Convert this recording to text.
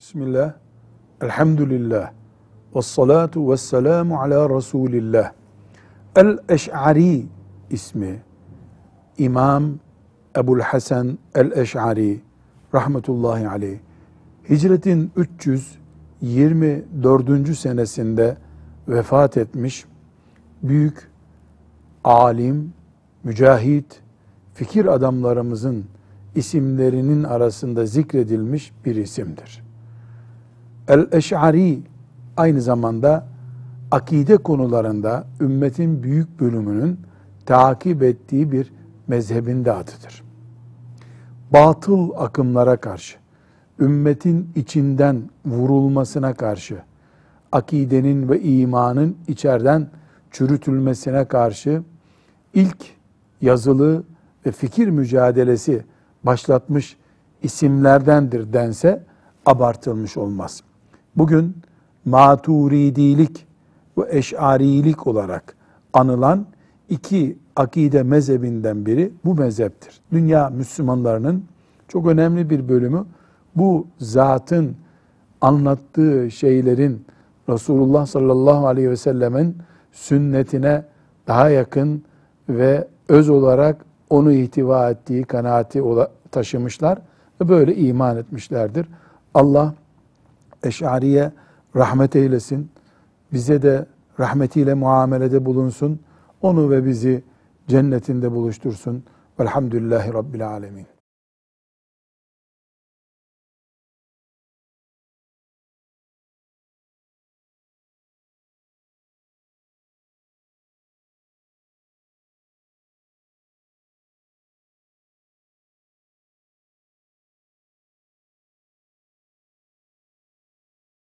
Bismillah, elhamdülillah, ve salatu ve selamu ala Resulillah. El-Eş'ari ismi İmam Ebu'l-Hasan el-Eş'ari rahmetullahi aleyh. Hicretin 324. senesinde vefat etmiş büyük alim, mücahit, fikir adamlarımızın isimlerinin arasında zikredilmiş bir isimdir. El-Eş'ari aynı zamanda akide konularında ümmetin büyük bölümünün takip ettiği bir mezhebin de adıdır. Batıl akımlara karşı, ümmetin içinden vurulmasına karşı, akidenin ve imanın içeriden çürütülmesine karşı ilk yazılı ve fikir mücadelesi başlatmış isimlerdendir dense abartılmış olmaz. Bugün Maturidilik ve Eş'arilik olarak anılan iki akide mezhebinden biri bu mezheptir. Dünya Müslümanlarının çok önemli bir bölümü bu zatın anlattığı şeylerin Resulullah sallallahu aleyhi ve sellemin sünnetine daha yakın ve öz olarak onu ihtiva ettiği kanaati taşımışlar ve böyle iman etmişlerdir. Allah Eş'ariye rahmet eylesin, bize de rahmetiyle muamelede bulunsun, onu ve bizi cennetinde buluştursun. Velhamdülillahi Rabbil alemin.